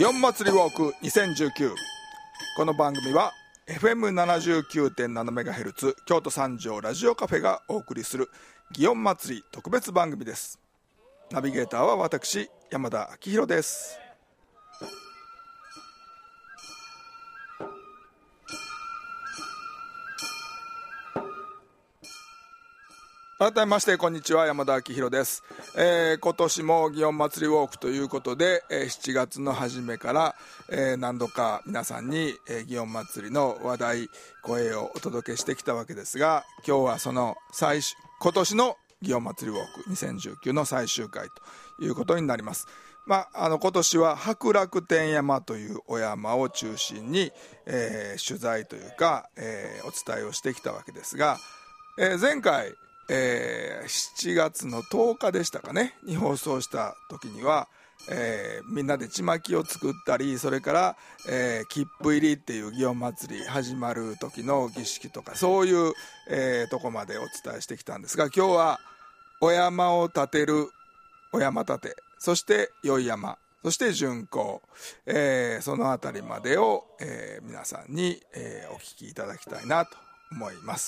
祇園祭ウォーク2019。この番組は FM79.7MHz 京都三条ラジオカフェがお送りする祇園祭特別番組です。ナビゲーターは私山田明宏です。改めましてこんにちは、山田明宏です。今年も祇園祭ウォークということで、7月の初めから、何度か皆さんに、祇園祭の話題声をお届けしてきたわけですが、今日はその今年の祇園祭ウォーク2019の最終回ということになります。今年は白楽天山というお山を中心に、取材というか、お伝えをしてきたわけですが、前回7月の10日でしたかねに放送した時には、みんなでちまきを作ったり、それから、切符入りっていう祇園祭り始まる時の儀式とか、そういう、とこまでお伝えしてきたんですが、今日はお山を建てるお山建て、そして宵山、そして巡行、そのあたりまでを、皆さんに、お聞きいただきたいなと思います。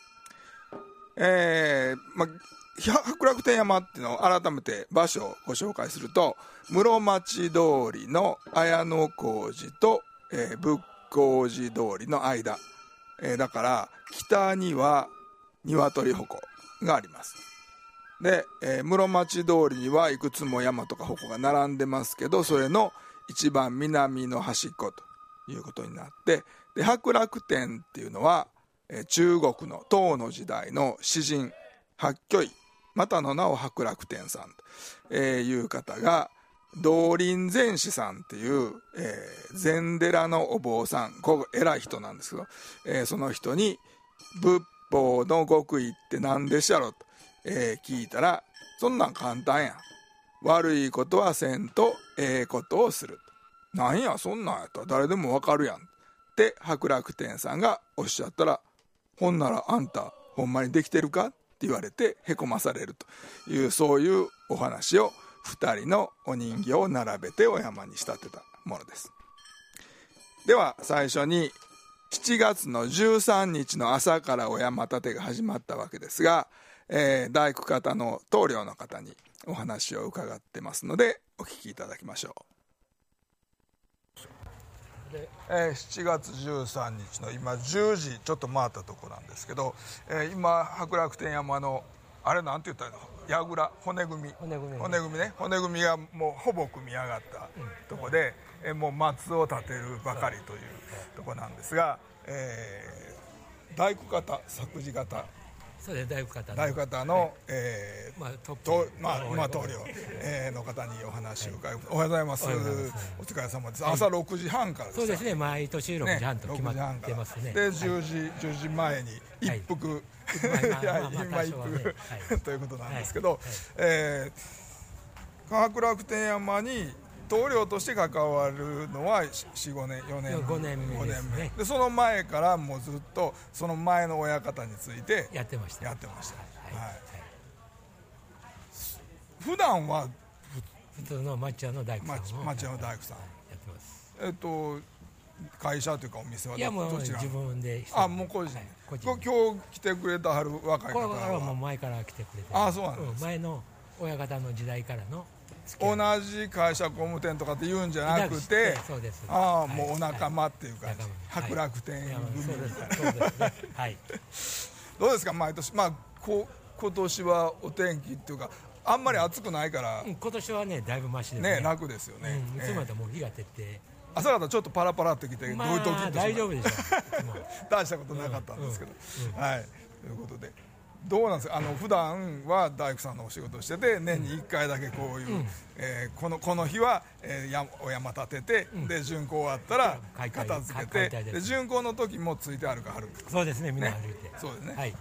白楽天山っていうのを改めて場所をご紹介すると、室町通りの綾小路と、仏光寺通りの間、だから北には鶏鉾があります。で、室町通りにはいくつも山とか鉾が並んでますけど、それの一番南の端っこということになって、で白楽天っていうのは中国の唐の時代の詩人白居易、またの名を白楽天さんという方が、道林禅師さんっていう、禅寺のお坊さん、偉い人なんですけど、その人に仏法の極意って何でしゃろと、聞いたら、そんなん簡単やん、悪いことはせんとことをする、なんやそんなんやったら誰でもわかるやんって白楽天さんがおっしゃったら、ほんならあんたほんまにできてるかって言われてへこまされるという、そういうお話を2人のお人形を並べてお山に仕立てたものです。では最初に7月の13日の朝からお山立てが始まったわけですが、大工方の棟梁の方にお話を伺ってますのでお聞きいただきましょう。7月13日の今10時ちょっと回ったとこなんですけど、今白楽天山のあれなんて言ったらいいの、櫓、骨組みね、骨組みがもうほぼ組み上がったとこで、もう松を立てるばかりというとこなんですが、大工方、作事方、 そうです、大工方の、 棟梁、の方にお話を伺います。おはようございます。お疲れ様です。朝6時半からですか。 そうですね、毎年6時半と決まってますね。 で10時前に一服、今一服ということなんですけど、白楽天山に棟梁として関わるのは4年5年目ですね。でその前からもうずっとその前の親方についてやってました。普段は普通の町屋の大工さんを町屋の大工さんやってます。 会社というかお店はもう自分で、 もう個人で、今日来てくれたはる若い方はこれはもう前から来てくれて、 そうなんです。 前の親方の時代からの同じ会社工務店とかって言うんじゃなくて、もうお仲間っていう感じ、白楽天組みたいな。どうですか毎年、今年はお天気っていうかあんまり暑くないから、 今年はねだいぶマシですね。 楽ですよね。 いつまでも日が照って朝方ちょっとパラパラってきて、どういう時って大丈夫でしょ。 大したことなかったんですけど、ということでどうなんですか。普段は大工さんのお仕事をしてて、年に1回だけこういう、この日は、お山立てて、で巡行終わったら片付けて、で巡行の時もついて歩かはる。 そうですね、みんな歩いて、 そうですね。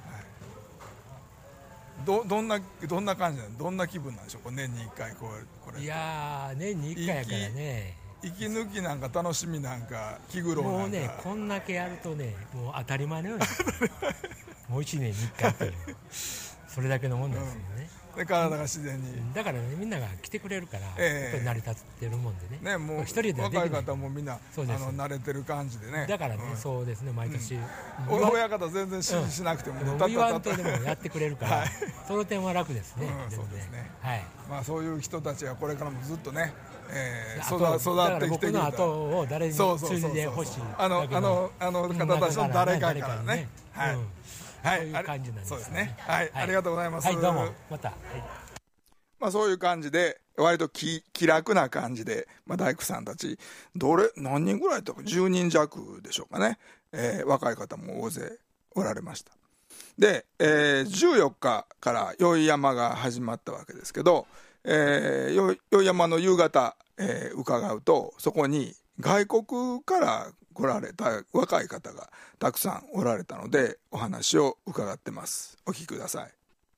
どんな感じなの、どんな気分なんでしょう。年に1回これ。 いや年に1回やからね、 息抜きなんか楽しみなんか気苦労なんか、 もうねこんだけやるとねもう当たり前のようにもう1年に1回というそれだけのもんなんですよね、 で体が自然に、 だからね、みんなが来てくれるから、やっぱり成り立ってるもんでね、 もう一人ではできな若いい方もみんな慣れてる感じでね、 だからね、そうですね、毎年、 親方全然指示しなくてもね、 言わんとでもやってくれるから、その点は楽ですね、 そうですね、 はい、 そういう人たちがこれからもずっとね、育だってきてくれた、 僕の後を誰に継いでほしい、 あの方たちの誰かからね、 そういう感じなんです。 そうですね。はい、ありがとうございます。 はい、どうもまた。 そういう感じで割と気楽な感じで、大工さんたち何人ぐらいとか10人弱でしょうかね、若い方も大勢おられました。で、14日から宵山が始まったわけですけど、宵山の夕方、伺うとそこに外国から来られた若い方がたくさんおられたのでお話を伺ってます。お聞きください。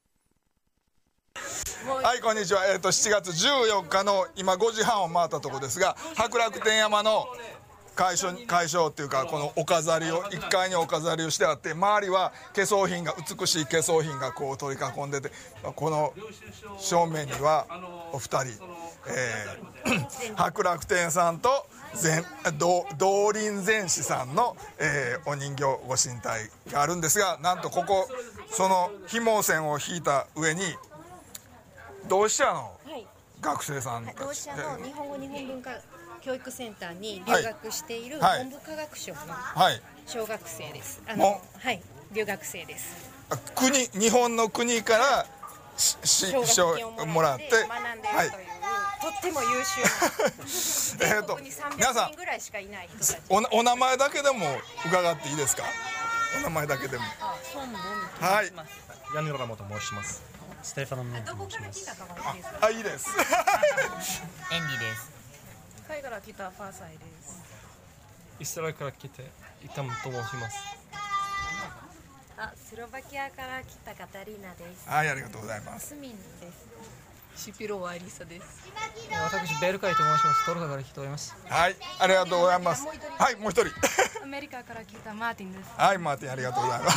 はい、こんにちは。7月14日の今5時半を回ったところですが、白楽天山の会所っていうか、このお飾りを1階にお飾りをしてあって、周りは美しい化粧品がこう取り囲んでて、この正面にはお二人、白楽天さんと道林禅師さんの、お人形ご神体があるんですが、なんとここその紐線を引いた上に同志社の学生さんたち、 同志社の日本語日本文化教育センターに留学している文部科学省の小学生です。留学生です。 日本の国から奨学金をもらって学んでいるという、とっても優秀な全国に300人ぐらいしかいない人たち。 お名前だけでも伺っていいですか？お名前だけでも。はい。 ヤニロラモと申します。ステファノンどこから来たかはいいですか？いいです。 エンディです。 タイから来たファーサイです。 イスラエルから来てイタムと申します。 スロバキアから来たカタリーナです。 はい、ありがとうございます。 スミンです。 シピロワエリサです。 私ベルカイと申します。トルコから来ております。 はい、ありがとうございます。はい、もう一人。 アメリカから来たマーティンです。 はい、マーティン、ありがとうございます。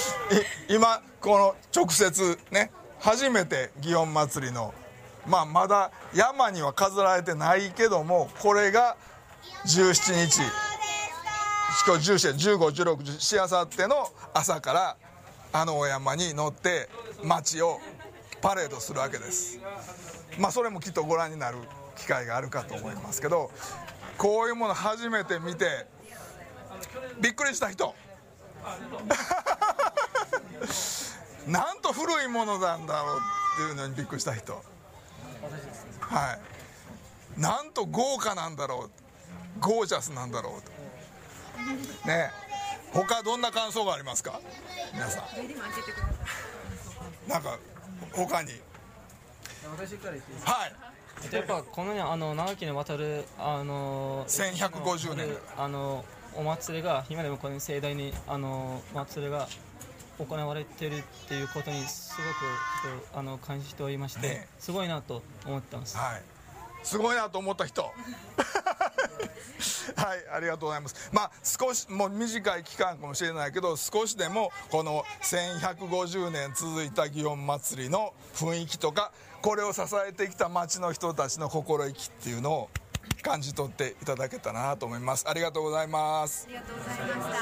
今この直接ね、初めて祇園祭のまだ山には飾られてないけども、これが17日、今日15、16、しあさっての朝からお山に乗って街をパレードするわけです。それもきっとご覧になる機会があるかと思いますけど、こういうもの初めて見てびっくりした人なんと古いものなんだろうっていうのにびっくりした人、はい、なんと豪華なんだろう、ゴージャスなんだろうとね。他どんな感想がありますか皆さん？なんか他に。 私から言っていいですか？ はい。やっぱこのね長きにわたる 1150年お祭りが今でもこの盛大に祭りが行われているっていうことにすごく感じておりまして、すごいなと思ってます。 はい。すごいなと思った人はい、ありがとうございます。少しもう短い期間かもしれないけど、少しでもこの1150年続いた祇園祭の雰囲気とか、これを支えてきた町の人たちの心意気っていうのを感じ取っていただけたなと思います。ありがとうございます。 ありがとうございました。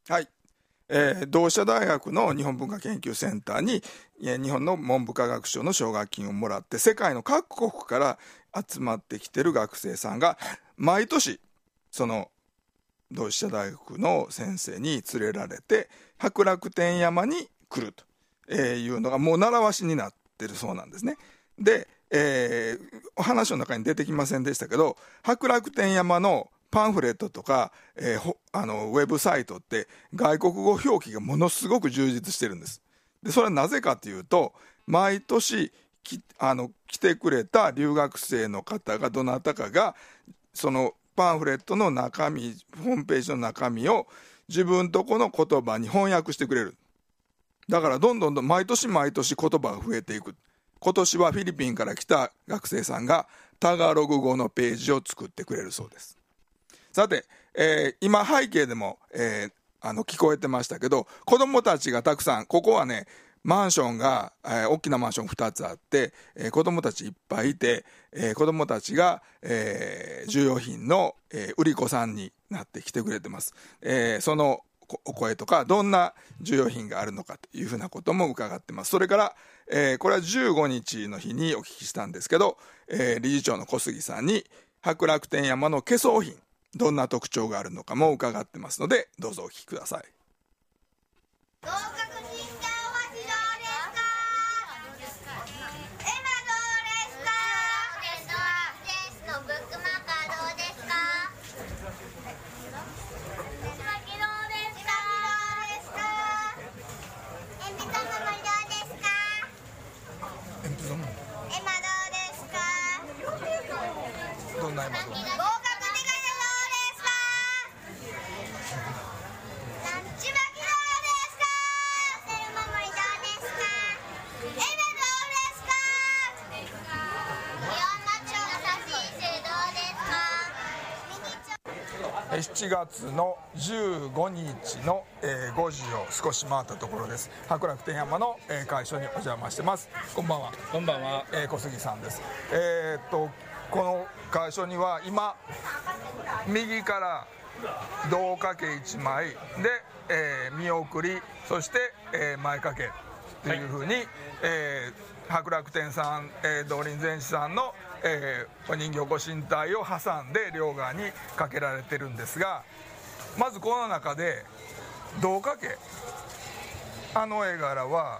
はい、同志社大学の日本文化研究センターに日本の文部科学省の奨学金をもらって、世界の各国から集まってきてる学生さんが毎年その同志社大学の先生に連れられて白楽天山に来るというのがもう習わしになってるそうなんですね。で、お話の中に出てきませんでしたけど、白楽天山のパンフレットとか、ウェブサイトって外国語表記がものすごく充実してるんです。でそれはなぜかというと、毎年来てくれた留学生の方がどなたかがそのパンフレットの中身、ホームページの中身を自分とこの言葉に翻訳してくれる。だからどんどん毎年毎年言葉が増えていく。今年はフィリピンから来た学生さんがタガログ語のページを作ってくれるそうです。さて、今背景でも、 聞こえてましたけど、子供たちがたくさん、ここはねマンションが、大きなマンション2つあって、子供たちいっぱいいて、子供たちが、需要品の、売り子さんになってきてくれてます。そのお声とかどんな需要品があるのかというふうなことも伺ってます。それから、これは15日の日にお聞きしたんですけど、理事長の小杉さんに博楽天山の化粧品どんな特徴があるのかも伺ってますので、どうぞお聞きください。 合格金貨お箸どうですか？エマどうですか？天使のブックマーカーどうですか？手巻きどうですか？鉛筆の森どうですか？ 鉛筆の森、 エマどうですか？ どんなエマどうですか？7月の15日の5時を少し回ったところです。博楽天山の会所にお邪魔してます。こんばんは。 こんばんは。 小杉さんです。この会所には今右から胴掛け1枚で、見送り、そして、前掛けというふうに、博楽天さん、道林禅師さんのお人形ご神体を挟んで両側にかけられてるんですが、まずこの中で胴掛け、絵柄は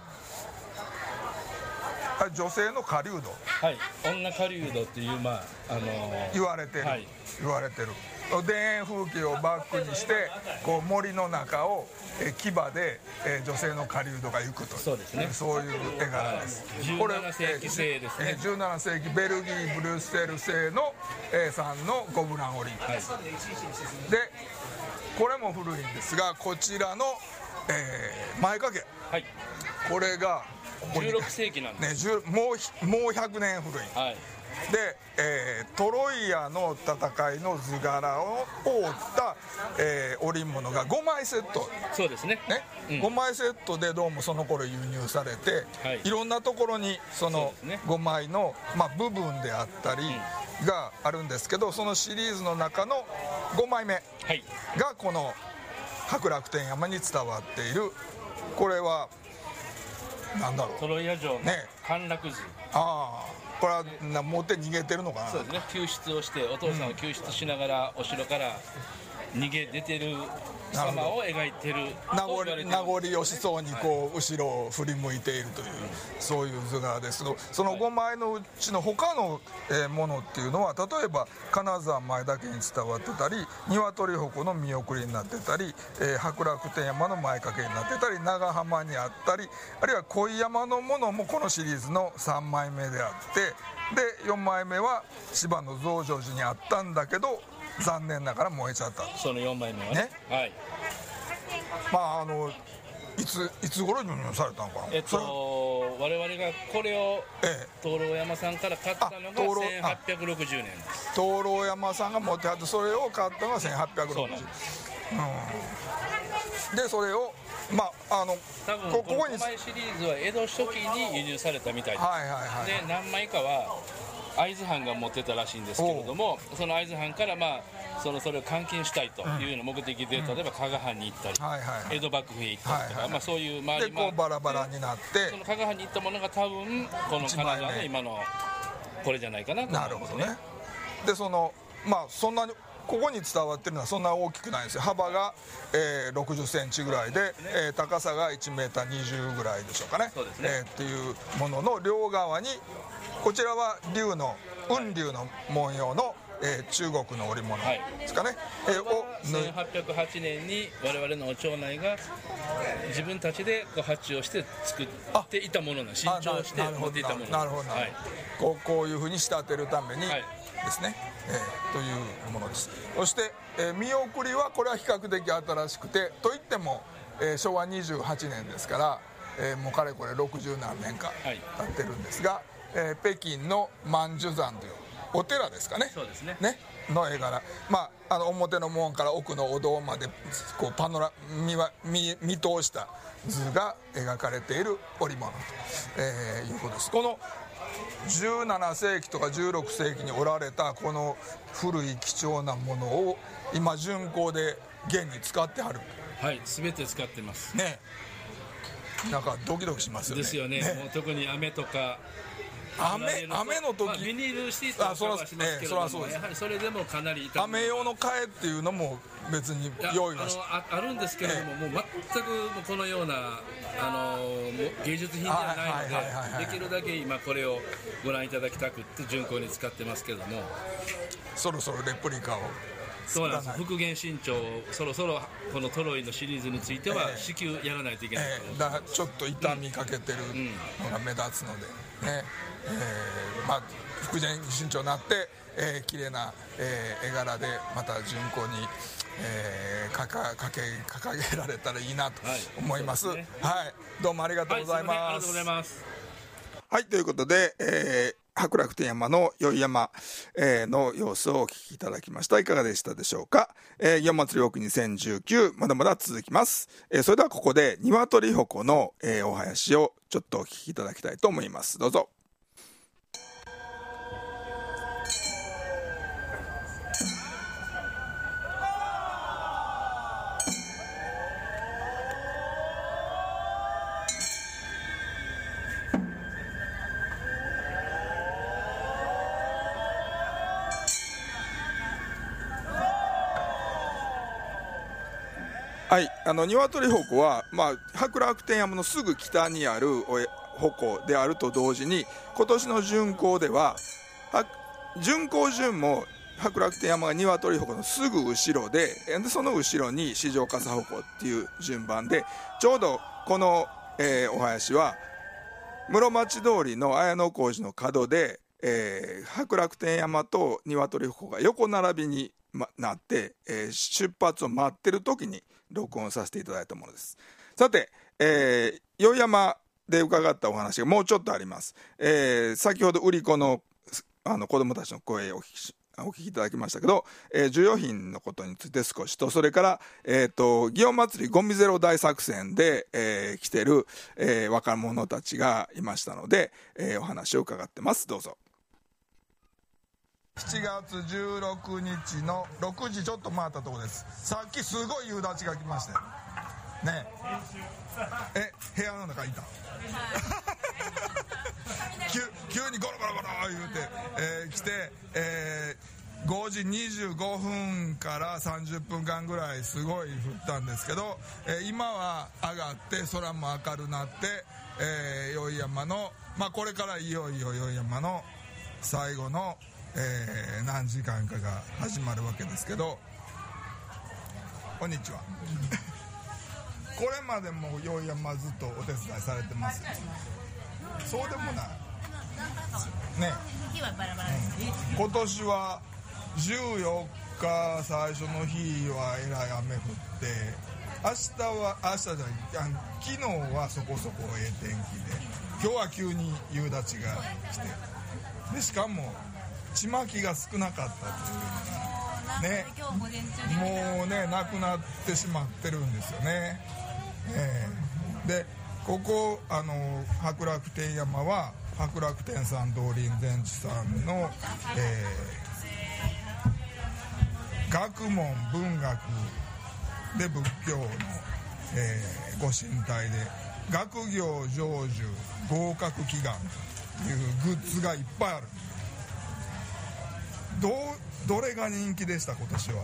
女性の狩人、 はい、女狩人っていう、 言われてる、はい、言われてる田園風景をバックにしてこう森の中を牙で女性の狩人が行くという、 そうですね、 そういう絵柄です。 これ17世紀製ですね。 17世紀ベルギーブリュッセル製の産のゴブラン織り、はい、でこれも古いんですが、こちらの、前掛け、はい、これがここに 16世紀なんです、 ね、もう100年古い、はい、で、トロイアの戦いの図柄を覆った、織物が5枚セット、 そうですね、 5枚セットでどうもその頃輸入されて、はい、いろんなところにその5枚の、部分であったりがあるんですけど、そのシリーズの中の5枚目がこの博楽天山に伝わっている、これはなんだろう、 トロイア城の陥落図、 ああ、これは持って逃げてるのかな。 そうですね、救出をしてお父さんを救出しながらお城から逃げ出てる様を描いてる、 名残惜しそうにこう後ろを振り向いているという、そういう図柄ですけど、その5枚のうちの他のものっていうのは、例えば金沢前田家に伝わってたり、鶏鉾の見送りになってたり、博楽天山の前掛けになってたり、長浜にあったり、あるいは恋山のものもこのシリーズの3枚目であって、で4枚目は千葉の増上寺にあったんだけど残念ながら燃えちゃった。 その4枚目はね、はい、 いつ頃に輸入されたのかな。 我々がこれを灯籠山さんから買ったのが1860年です。 灯籠山さんが持ってはって、それを買ったのが1860年、でそれを多分この5枚シリーズは江戸初期に輸入されたみたいです。で何枚かは会津藩が持ってたらしいんですけれども、その会津藩からそれを換金したいというような目的で、例えば加賀藩に行ったり、江戸幕府へ行ったりとか、そういう周りでこうバラバラになって、 その加賀藩に行ったものが多分この金沢の今のこれじゃないかなと思いますね。なるほどね。 でそんなにここに伝わってるのはそんな大きくないんですよ。幅が、60センチぐらいで、高さが1メーター20ぐらいでしょうかね。 そうですね。 っていうものの両側に、こちらは雲龍の文様の、中国の織物ですかね、を 1808年に我々の町内が自分たちで発注をして作っていたものな、新調して持っていたもの。 なるほど、はい、こういうふうに仕立てるためにですね、というものです。そして、見送りはこれは比較的新しくて、といっても、昭和28年ですから、もうかれこれ60何年か経ってるんですが、北京の万寿山というお寺ですかね。 そうですね。 の絵柄、表の門から奥のお堂までこうパノラ見通した図が描かれている織物と、いうことです。この17世紀とか16世紀に織られたこの古い貴重なものを今巡行で現に使ってはる。 はい、全て使ってますね。なんかドキドキしますよね。 ですよね。もう特に雨とか雨の時、 ビニールシートはカバーしますけれども、やはりそれでもかなり雨用の替えっていうのも別に用意はしてあるんですけれども、もう全くこのような芸術品ではないので、できるだけ今これをご覧いただきたくって巡行に使ってますけれども、 そろそろレプリカを。 そうなんです。復元新調そろそろこのトロイのシリーズについては至急やらないといけない、 だからちょっと傷みかけてるのが目立つのでね、復元新調になって、綺麗な、絵柄でまた巡行に、掲げられたらいいなと思います。はい、どうもありがとうございます。 ありがとうございます。 はい、ということで、白楽天山の宵山、の様子をお聞きいただきました。いかがでしたでしょうか。祇園祭ウォーク2019まだまだ続きます。それではここで鶏鉾の、お囃子をちょっとお聞きいただきたいと思います。どうぞ。はい、鶏鉾は、白楽天山のすぐ北にある鉾であると同時に、今年の巡行では巡行順も白楽天山が鶏鉾のすぐ後ろで、その後ろに四条笠鉾っていう順番で、ちょうどこの、お囃子は室町通りの綾小路の角で、白楽天山と鶏鉾が横並びになって、出発を待ってる時に録音させていただいたものです。さて、宵山で伺ったお話がもうちょっとあります。先ほど売り子の子供たちの声をお聞きいただきましたけど、授与品のことについて少しと、それから祇園祭ゴミゼロ大作戦で、来てる、若者たちがいましたので、お話を伺ってます。どうぞ。7月16日の6時ちょっと回ったところです。さっきすごい夕立が来ましたよね。部屋の中いた急にゴロゴロゴロ言うて、来て、5時25分から30分間ぐらいすごい降ったんですけど、今は上がって空も明るなって、宵山の、これからいよいよ宵山の最後の何時間かが始まるわけですけど、こんにちはこれまでも宵山ずっとお手伝いされてます。そうでもないね。 日はバラバラです、 今年は14日最初の日はえらい雨降って、昨日はそこそこええ天気で、今日は急に夕立が来て、でしかもちまきが少なかったっていうのがね、もうねなくなってしまってるんですよね。でここ白楽天山は白楽天山道林禅師さんの、学問文学で仏教の、ご神体で学業成就合格祈願というグッズがいっぱいある。どれが人気でした？今年は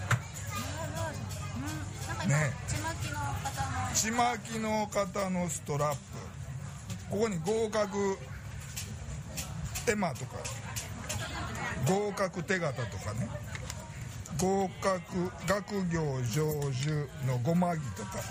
ね、ちまきの方のストラップ、ここに合格絵馬とか合格手形とかね、合格学業成就のごまぎとか、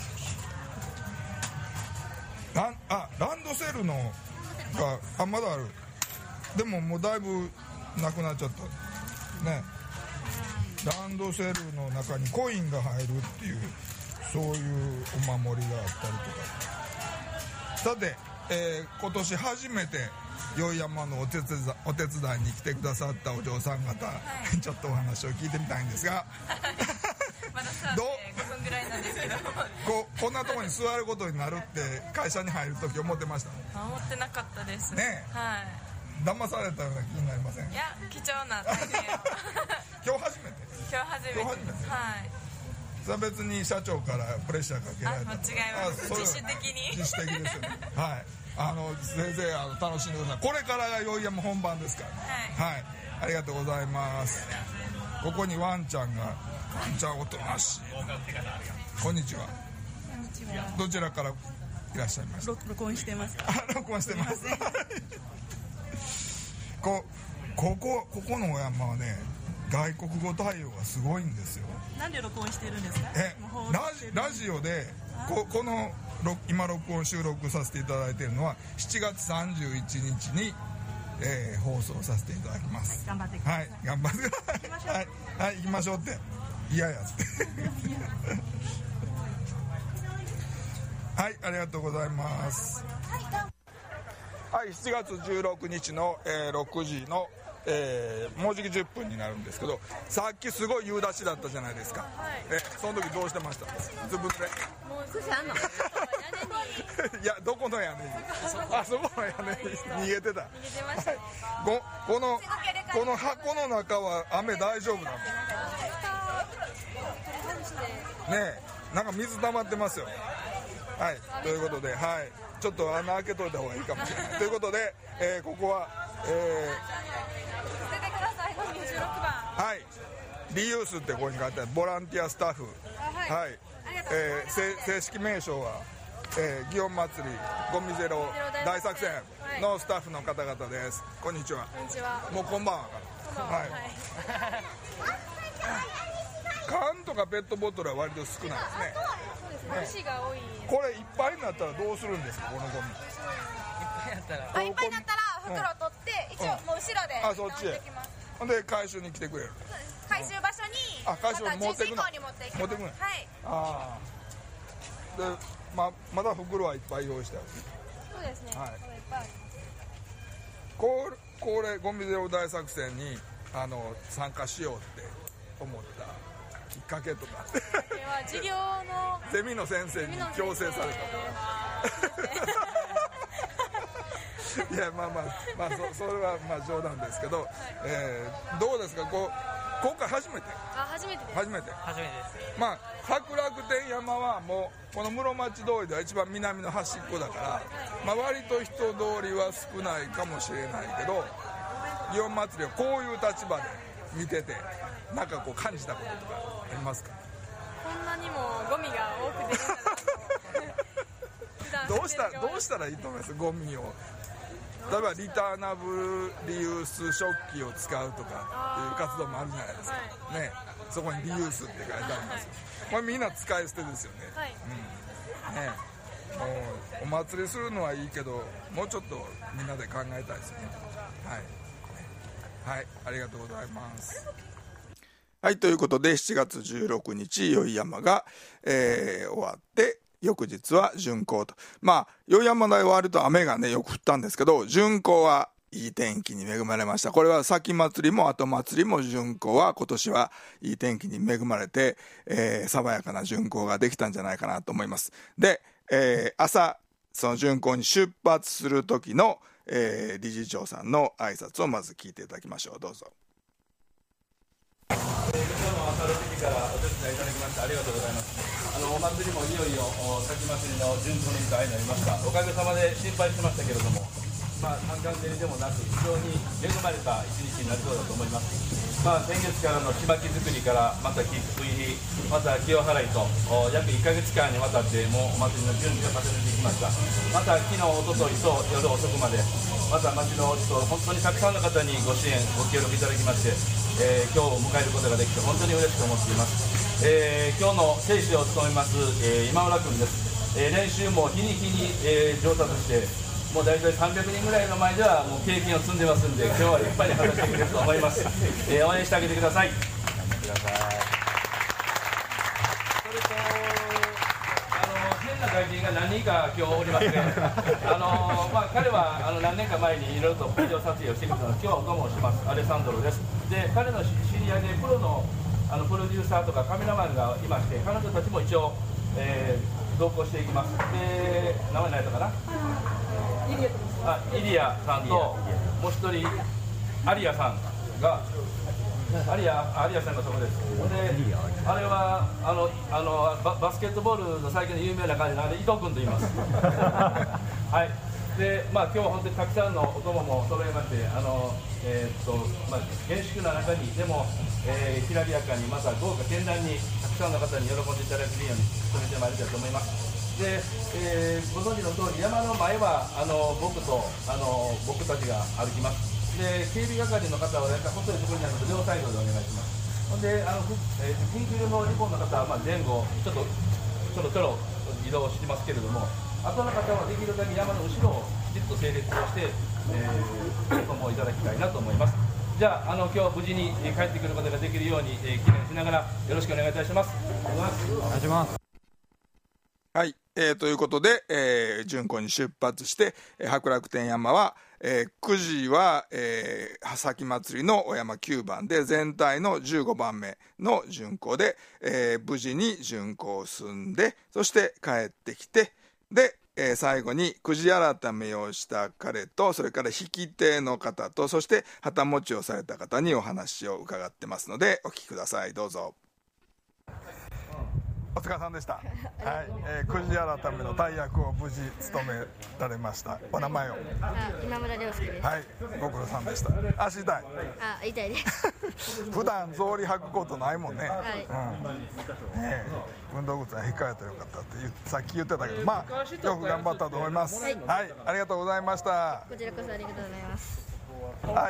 ランドセルのがまだある。でももうだいぶなくなっちゃったね。ランドセルの中にコインが入るっていう、そういうお守りがあったりとか。さて、今年初めて、 宵山のお手伝いに来てくださったお嬢さん方、ちょっとお話を聞いてみたいんですがまだスタートで5分ぐらいなんですけどこんなところに座ることになるって会社に入るとき思ってました？ 思ってなかったですね。 はい。 騙されたような気になりません？ いや、貴重な体験を今日初めて？ 今日初めて。はい。 それは別に社長からプレッシャーかけられた？ 間違います。自主的に。 自主的ですよね。はい。先生楽しんでください。これからが宵山本番ですから。はい。ありがとうございます。ここにワンちゃんが、ワンちゃんおとなしい。こんにちは。 こんにちは。 どちらからいらっしゃいました？ 録音してますか？ 録音してます。ここのお山はね、外国語対応がすごいんですよ。 なんで録音してるんですか？ ラジオでこの今録音収録させていただいているのは7月31日に、放送させていただきます。 頑張ってください。はい、 頑張ってください。はい、行きましょうって。嫌やつって。はい、ありがとうございます。はい、7月16日の、6時の、もうじき10分になるんですけど、さっきすごい夕立だったじゃないですか。その時どうしてました？ずぶ濡れ。 もう少しあんの？ いや、どこの屋根に？あそこの屋根に逃げてた。 逃げてましたね。 この箱の中は雨大丈夫なの？ねえ、なんか水溜まってますよ。はい、ということで、はい、ちょっと穴開けといた方がいいかもしれない。ということで、ここは、はい、リユースってここに書いてあるボランティアスタッフ、はい、正式名称は、祇園祭ゴミゼロ大作戦のスタッフの方々です。こんにちは。 こんにちは。 もうこんばんは。はい。缶とかペットボトルは割と少ないですね。 虫が多い。 これいっぱいになったらどうするんですか、このゴミ？ いっぱいになったら袋を取って、一応もう後ろでそっちへ。ほんで回収に来てくれる。 回収場所に回収持ってくの？ 持っていきます。 はい。 ああ。で、まだ袋はいっぱい用意してある。 そうですね。はい。 これゴミゼロ大作戦に参加しようって思ったきっかけとか。 授業のゼミの先生に強制されたとか。いや、まあそれは冗談ですけど、どうですか、今回初めて？ 初めてです。 初めてです。白楽天山はもうこの室町通りでは一番南の端っこだから、割と人通りは少ないかもしれないけど、祇園祭はこういう立場で見ててなんか感じたこととかありますか？ こんなにもゴミが多く出るんだなと。 どうしたらいいと思います？ゴミを例えばリターナブルリユース食器を使うとかいう活動もあるじゃないですか、ね、そこにリユースって書いてあります、これみんな使い捨てですよね、ね、もうお祭りするのはいいけどもうちょっとみんなで考えたいですよね。はい、ありがとうございます。はい、ということで7月16日宵山が、終わって翌日は巡行と。宵山台は割と雨がねよく降ったんですけど、巡行はいい天気に恵まれました。これは先祭りも後祭りも巡行は今年はいい天気に恵まれて、爽やかな巡行ができたんじゃないかなと思います。で、朝その巡行に出発する時の、理事長さんの挨拶をまず聞いていただきましょう。どうぞ。 今日も朝6時からお手伝いいただきましてありがとうございます。お祭りもいよいよ先祭りの巡行の日になりました。おかげさまで心配してましたけれども、単管照りでもなく非常に恵まれた一日になりそうだと思います。先月からのちまき作りからまた菊入り、また清払いと約1ヶ月間にわたってもうお祭りの準備を重ねていきました。また昨日おとといと夜遅くまでまた町の人本当にたくさんの方にご支援ご協力いただきまして、今日を迎えることができて本当に嬉しく思っています。今日の聖司を務めます、今村君です。練習も日に日に、上達してもう大体300人ぐらいの前ではもう経験を積んでますんで、今日は立派に果たしてくれると思います。応援してあげてください。頑張ってください。それと変な会人が何人か今日おりまして彼は何年か前にいろいろとビデオ撮影をしてくれたので今日はお供をしますアレサンドロです。で彼の知り合いでプロのプロデューサーとかカメラマンがいまして彼女たちも一応、同行していきます。で名前何やったかな、イリアさんともう一人アリアさんがアリアさんがそこです。であれはバスケットボールの最近の有名な感じの伊藤君と言いますはい。で今日は本当にたくさんのお供も揃えまして厳粛な中にでも、きらびやかにまた豪華絢爛にたくさんの方に喜んでいただけるように努めてまいりたいと思います。で、ご存知の通り山の前は僕たちが歩きます。で警備係の方は本当にそこにあるので両サイドでお願いします。ほんでピンク色のリボンの方は前後ちょろちょろ移動してますけれども、後の方はできるだけ山の後ろをきちっと整列をしてお供をいただきたいなと思います。じゃあ今日無事に帰ってくることができるように記念しながらよろしくお願いいたします。 お願いします。 はい、ということで、巡行に出発して白楽天山は、9時は、波崎祭りのお山9番で全体の15番目の巡行で、無事に巡行を済んでそして帰ってきてで、最後にくじ改めをした彼とそれから引き手の方とそして旗持ちをされた方にお話を伺ってますのでお聞きください。どうぞ。お疲れさんでした。はい、くじ改めの大役を無事務められました。お名前を。 今村亮介です。 はい、ご苦労さんでした。足痛い。 痛いです。 普段草履履くことないもんね。 はい。 運動靴は控えたらよかったってさっき言ってたけど、よく頑張ったと思います。はい、ありがとうございました。 こちらこそありがとうございます。 はい、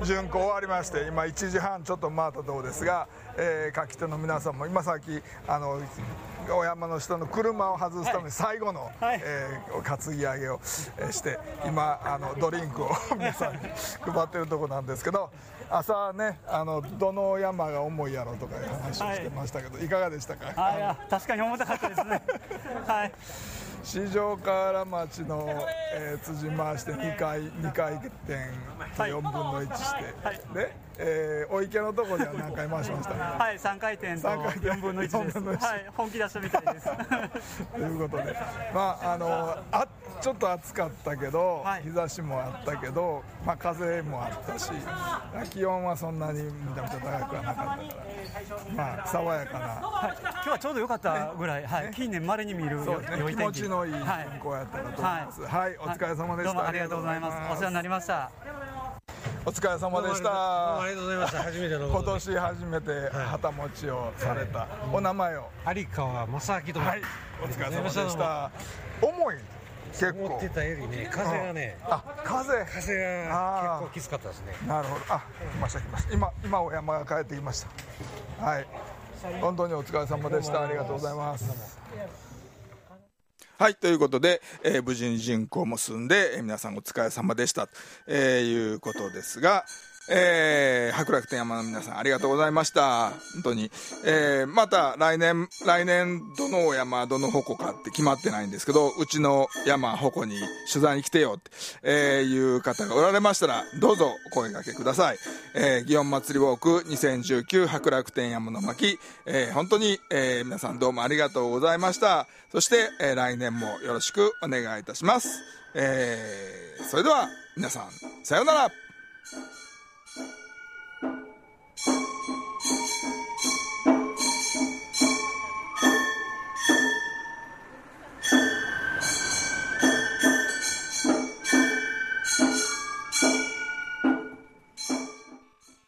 巡行終わりまして今1時半ちょっと回ったところですが、書き手の皆さんも今さっきお山の下の車を外すために最後の、担ぎ上げをして今ドリンクを皆さんに配ってるところなんですけど、朝ねどの山が重いやろとかいう話をしてましたけど、いかがでしたか？ 確かに重たかったですねはい四条河原町の、辻回して2回転と4分の1して、で、お池のところでは何回回しました？ はい、3回転と4分の1です。はい、本気出したみたいですということでちょっと暑かったけど、日差しもあったけど、風もあったし気温はそんなにめちゃめちゃ高くはなかったから爽やかな、 今日はちょうど良かったぐらい、近年稀に見る良い天気、 気持ちのいい天候やったかと思います。はい、お疲れ様でした。 どうもありがとうございます。お世話になりました。 お疲れ様でした。 ありがとうございました。初めての今年初めて旗持ちをされた、お名前を。 有川正明と。 はい、お疲れ様でした。重い。結構思ってたよりね、風がね、 風が結構きつかったですね。 なるほど。来ました今お山が帰ってきました。はい、本当にお疲れ様でした。ありがとうございます。はい、ということで、無事に巡行も済んで、皆さんお疲れ様でしたと、いうことですが、白楽天山の皆さんありがとうございました。本当に、また来年どの山どの鉾かって決まってないんですけど、うちの山鉾に取材に来てよって、いう方がおられましたらどうぞお声掛けください。祇園祭ウォーク2019白楽天山の巻、本当に、皆さんどうもありがとうございました。そして、来年もよろしくお願いいたします。それでは皆さんさようなら。